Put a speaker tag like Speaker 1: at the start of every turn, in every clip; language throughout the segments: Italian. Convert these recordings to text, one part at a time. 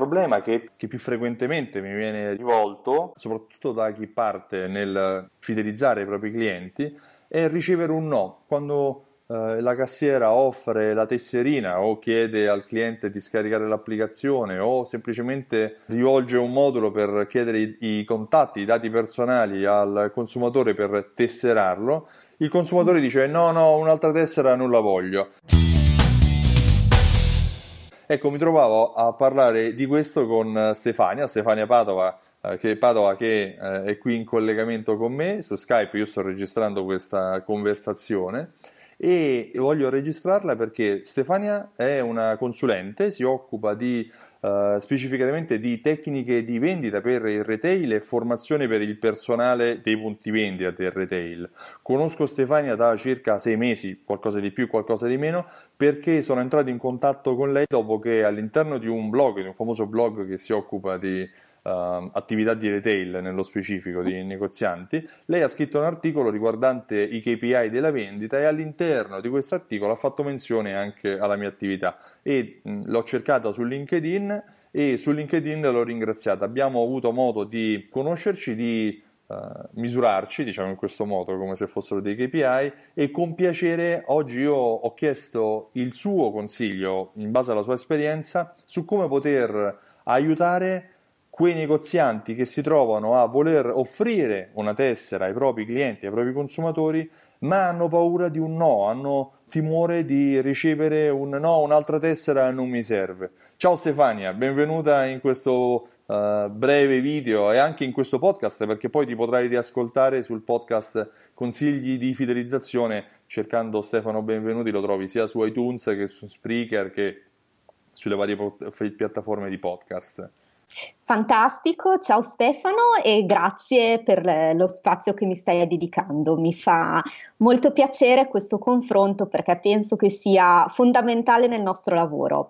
Speaker 1: problema che più frequentemente mi viene rivolto, soprattutto da chi parte nel fidelizzare i propri clienti, è ricevere un no. Quando la cassiera offre la tesserina o chiede al cliente di scaricare l'applicazione o semplicemente rivolge un modulo per chiedere i contatti, i dati personali al consumatore per tesserarlo, il consumatore dice no, un'altra tessera non la voglio. Ecco, mi trovavo a parlare di questo con Stefania Padova, che è qui in collegamento con me su Skype. Io sto registrando questa conversazione e voglio registrarla perché Stefania è una consulente, si occupa specificatamente di tecniche di vendita per il retail e formazione per il personale dei punti vendita del retail. Conosco Stefania da circa 6 mesi, qualcosa di più, qualcosa di meno, perché sono entrato in contatto con lei dopo che all'interno di un blog, di un famoso blog che si occupa di attività di retail, nello specifico di negozianti, lei ha scritto un articolo riguardante i KPI della vendita e all'interno di questo articolo ha fatto menzione anche alla mia attività e l'ho cercata su LinkedIn e su LinkedIn l'ho ringraziata. Abbiamo avuto modo di conoscerci, di misurarci, diciamo in questo modo, come se fossero dei KPI, e con piacere oggi io ho chiesto il suo consiglio in base alla sua esperienza su come poter aiutare quei negozianti che si trovano a voler offrire una tessera ai propri clienti, ai propri consumatori, ma hanno paura di un no, hanno timore di ricevere un no, un'altra tessera non mi serve. Ciao Stefania, benvenuta in questo breve video e anche in questo podcast, perché poi ti potrai riascoltare sul podcast Consigli di fidelizzazione cercando Stefano Benvenuti, lo trovi sia su iTunes che su Spreaker che sulle varie piattaforme di podcast.
Speaker 2: Fantastico, ciao Stefano e grazie per lo spazio che mi stai dedicando. Mi fa molto piacere questo confronto perché penso che sia fondamentale nel nostro lavoro.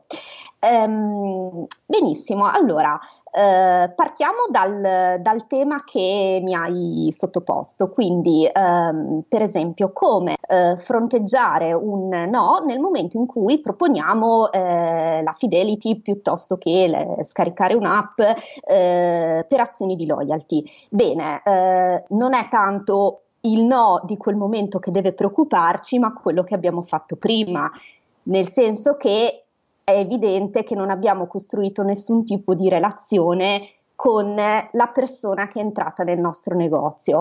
Speaker 2: Benissimo, allora partiamo dal tema che mi hai sottoposto, quindi per esempio come fronteggiare un no nel momento in cui proponiamo la fidelity piuttosto che scaricare un'app per azioni di loyalty. Bene, non è tanto il no di quel momento che deve preoccuparci, ma quello che abbiamo fatto prima, nel senso che è evidente che non abbiamo costruito nessun tipo di relazione con la persona che è entrata nel nostro negozio.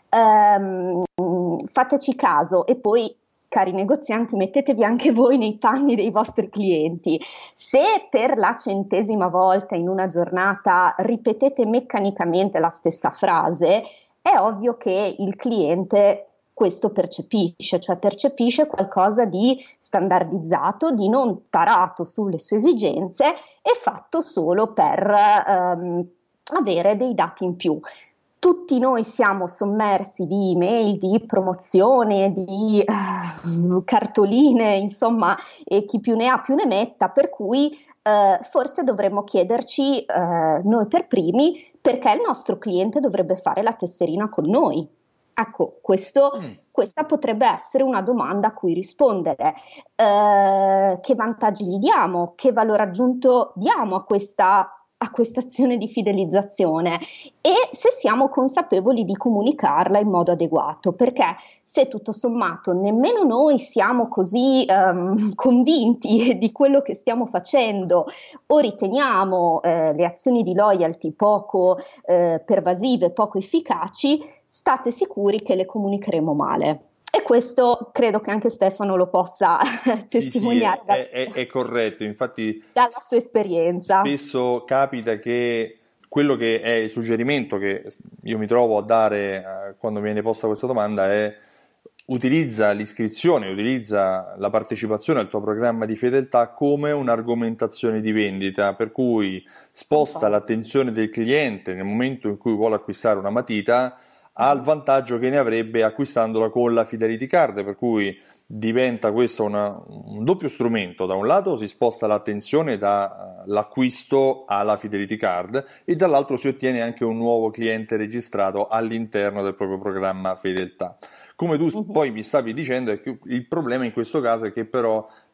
Speaker 2: Fateci caso e poi, cari negozianti, mettetevi anche voi nei panni dei vostri clienti. Se per la 100ª volta in una giornata ripetete meccanicamente la stessa frase, è ovvio che il cliente questo percepisce, cioè percepisce qualcosa di standardizzato, di non tarato sulle sue esigenze e fatto solo per avere dei dati in più. Tutti noi siamo sommersi di email, di promozione, di cartoline, insomma, e chi più ne ha più ne metta, per cui forse dovremmo chiederci noi per primi perché il nostro cliente dovrebbe fare la tesserina con noi. Ecco, questa potrebbe essere una domanda a cui rispondere. Che vantaggi gli diamo? Che valore aggiunto diamo a questa azione di fidelizzazione e se siamo consapevoli di comunicarla in modo adeguato, perché se tutto sommato nemmeno noi siamo così convinti di quello che stiamo facendo o riteniamo le azioni di loyalty poco pervasive, poco efficaci, state sicuri che le comunicheremo male. E questo credo che anche Stefano lo possa testimoniare.
Speaker 1: Sì, è corretto, infatti
Speaker 2: dalla sua esperienza.
Speaker 1: Spesso capita che quello che è il suggerimento che io mi trovo a dare quando viene posta questa domanda è: utilizza l'iscrizione, utilizza la partecipazione al tuo programma di fedeltà come un'argomentazione di vendita, per cui sposta l'attenzione del cliente nel momento in cui vuole acquistare una matita al vantaggio che ne avrebbe acquistandola con la Fidelity Card, per cui diventa questo un doppio strumento. Da un lato si sposta l'attenzione dall'acquisto alla Fidelity Card e dall'altro si ottiene anche un nuovo cliente registrato all'interno del proprio programma fedeltà. Come tu poi mi stavi dicendo, è che il problema in questo caso è che però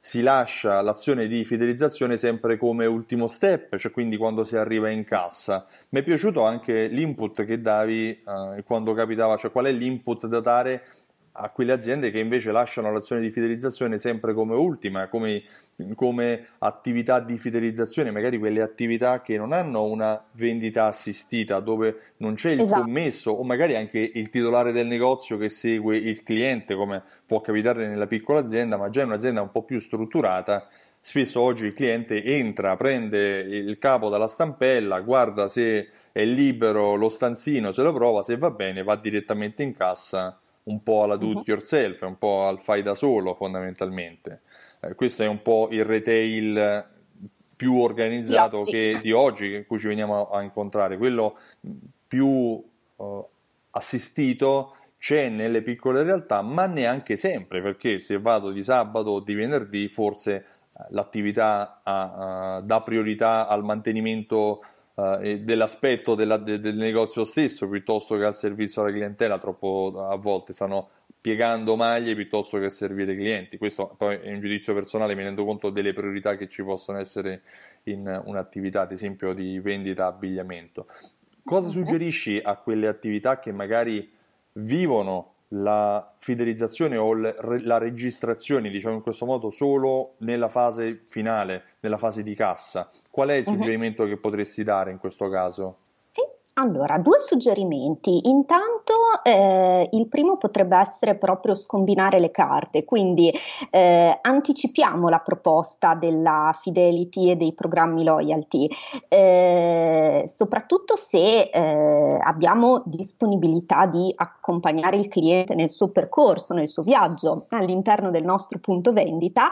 Speaker 1: si lascia l'azione di fidelizzazione sempre come ultimo step, cioè quindi quando si arriva in cassa. Mi è piaciuto anche l'input che davi quando capitava, cioè qual è l'input da dare a quelle aziende che invece lasciano l'azione di fidelizzazione sempre come ultima, come attività di fidelizzazione, magari quelle attività che non hanno una vendita assistita, dove non c'è il
Speaker 2: Esatto.
Speaker 1: commesso o magari anche il titolare del negozio che segue il cliente, come può capitare nella piccola azienda, ma già in un'azienda un po' più strutturata. Spesso oggi il cliente entra, prende il capo dalla stampella, guarda se è libero lo stanzino, se lo prova, se va bene va direttamente in cassa, un po' alla do
Speaker 2: Mhm.
Speaker 1: it yourself, un po' al fai da solo fondamentalmente. Questo è un po' il retail più
Speaker 2: Di
Speaker 1: organizzato
Speaker 2: oggi.
Speaker 1: che di oggi, in cui ci veniamo a incontrare, quello più assistito c'è nelle piccole realtà, ma neanche sempre, perché se vado di sabato o di venerdì, forse l'attività dà priorità al mantenimento dell'aspetto del negozio stesso piuttosto che al servizio alla clientela. Troppo a volte stanno piegando maglie piuttosto che servire i clienti. Questo poi è un giudizio personale, mi rendo conto delle priorità che ci possono essere in un'attività, ad esempio, di vendita abbigliamento. Cosa
Speaker 2: Mhm.
Speaker 1: suggerisci a quelle attività che magari vivono la fidelizzazione o la registrazione, diciamo in questo modo, solo nella fase finale, nella fase di cassa? Qual è il
Speaker 2: Mhm.
Speaker 1: suggerimento che potresti dare in questo caso?
Speaker 2: Sì, allora, due suggerimenti. Intanto, il primo potrebbe essere proprio scombinare le carte, quindi anticipiamo la proposta della Fidelity e dei programmi loyalty, soprattutto se abbiamo disponibilità di accompagnare il cliente nel suo percorso, nel suo viaggio all'interno del nostro punto vendita.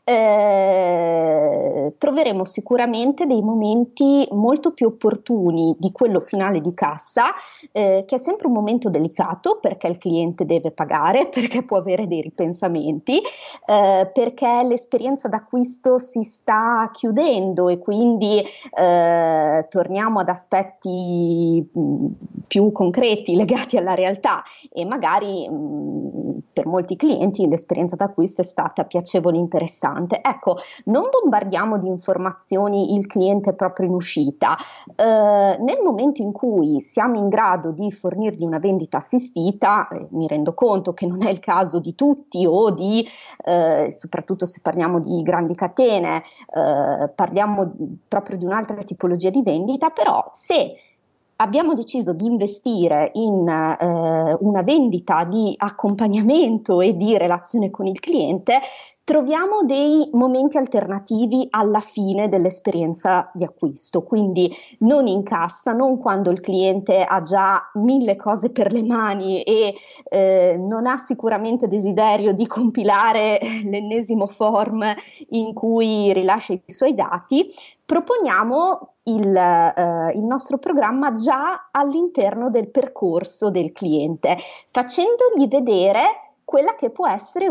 Speaker 2: Troveremo sicuramente dei momenti molto più opportuni di quello finale di cassa, che è sempre un momento delicato perché il cliente deve pagare, perché può avere dei ripensamenti, perché l'esperienza d'acquisto si sta chiudendo e quindi torniamo ad aspetti più concreti legati alla realtà e magari per molti clienti l'esperienza d'acquisto è stata piacevole e interessante. Ecco, non bombardiamo di informazioni il cliente proprio in uscita. Nel momento in cui siamo in grado di fornirgli una vendita assistita, mi rendo conto che non è il caso di tutti o soprattutto se parliamo di grandi catene, parliamo proprio di un'altra tipologia di vendita, però se abbiamo deciso di investire in una vendita di accompagnamento e di relazione con il cliente, troviamo dei momenti alternativi alla fine dell'esperienza di acquisto, quindi non in cassa, non quando il cliente ha già mille cose per le mani e non ha sicuramente desiderio di compilare l'ennesimo form in cui rilascia i suoi dati. Proponiamo il nostro programma già all'interno del percorso del cliente, facendogli vedere quella che può essere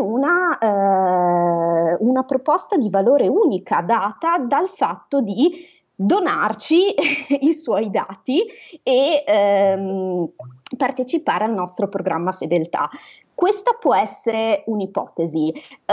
Speaker 2: una proposta di valore unica data dal fatto di donarci i suoi dati e partecipare al nostro programma fedeltà. Questa può essere un'ipotesi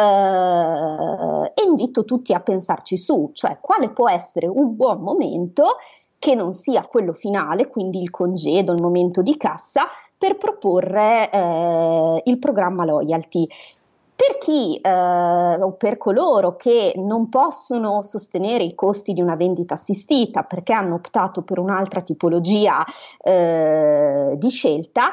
Speaker 2: e invito tutti a pensarci su, cioè quale può essere un buon momento che non sia quello finale, quindi il congedo, il momento di cassa, per proporre il programma loyalty. Per chi o per coloro che non possono sostenere i costi di una vendita assistita perché hanno optato per un'altra tipologia di scelta,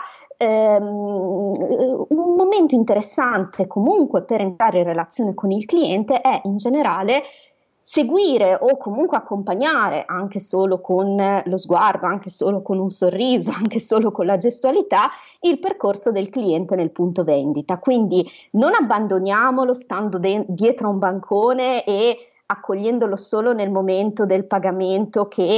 Speaker 2: un momento interessante comunque per entrare in relazione con il cliente è in generale seguire o comunque accompagnare anche solo con lo sguardo, anche solo con un sorriso, anche solo con la gestualità, il percorso del cliente nel punto vendita. Quindi non abbandoniamolo stando dietro a un bancone e accogliendolo solo nel momento del pagamento che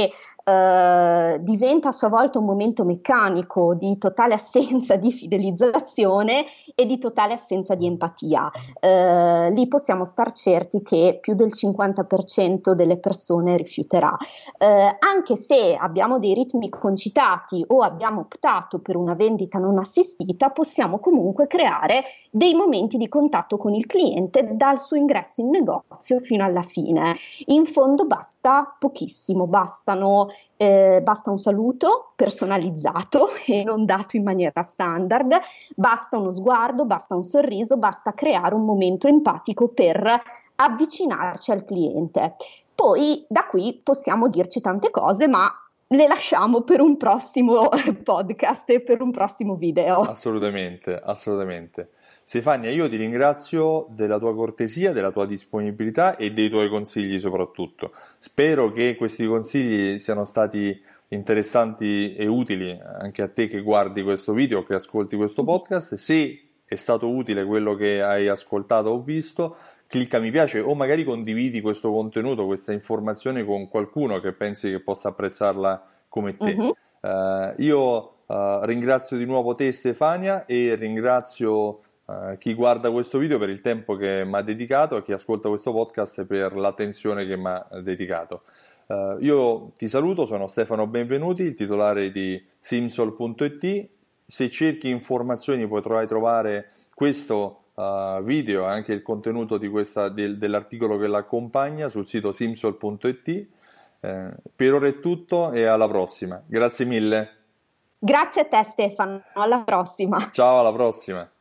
Speaker 2: diventa a sua volta un momento meccanico di totale assenza di fidelizzazione e di totale assenza di empatia. Lì possiamo star certi che più del 50% delle persone rifiuterà. Anche se abbiamo dei ritmi concitati o abbiamo optato per una vendita non assistita, possiamo comunque creare dei momenti di contatto con il cliente dal suo ingresso in negozio fino alla fine. In fondo basta pochissimo, basta un saluto personalizzato e non dato in maniera standard, basta uno sguardo, basta un sorriso, basta creare un momento empatico per avvicinarci al cliente. Poi da qui possiamo dirci tante cose, ma le lasciamo per un prossimo podcast e per un prossimo video.
Speaker 1: Assolutamente, assolutamente. Stefania, io ti ringrazio della tua cortesia, della tua disponibilità e dei tuoi consigli soprattutto. Spero che questi consigli siano stati interessanti e utili anche a te che guardi questo video o che ascolti questo podcast. Se è stato utile quello che hai ascoltato o visto, clicca mi piace o magari condividi questo contenuto, questa informazione con qualcuno che pensi che possa apprezzarla come te. Io ringrazio di nuovo te Stefania e ringrazio chi guarda questo video per il tempo che mi ha dedicato e chi ascolta questo podcast per l'attenzione che mi ha dedicato. Io ti saluto, sono Stefano Benvenuti, il titolare di Simsol.it. Se cerchi informazioni potrai trovare questo video e anche il contenuto di dell'articolo che l'accompagna sul sito Simsol.it. Per ora è tutto e alla prossima. Grazie mille.
Speaker 2: Grazie a te Stefano, alla prossima.
Speaker 1: Ciao, alla prossima.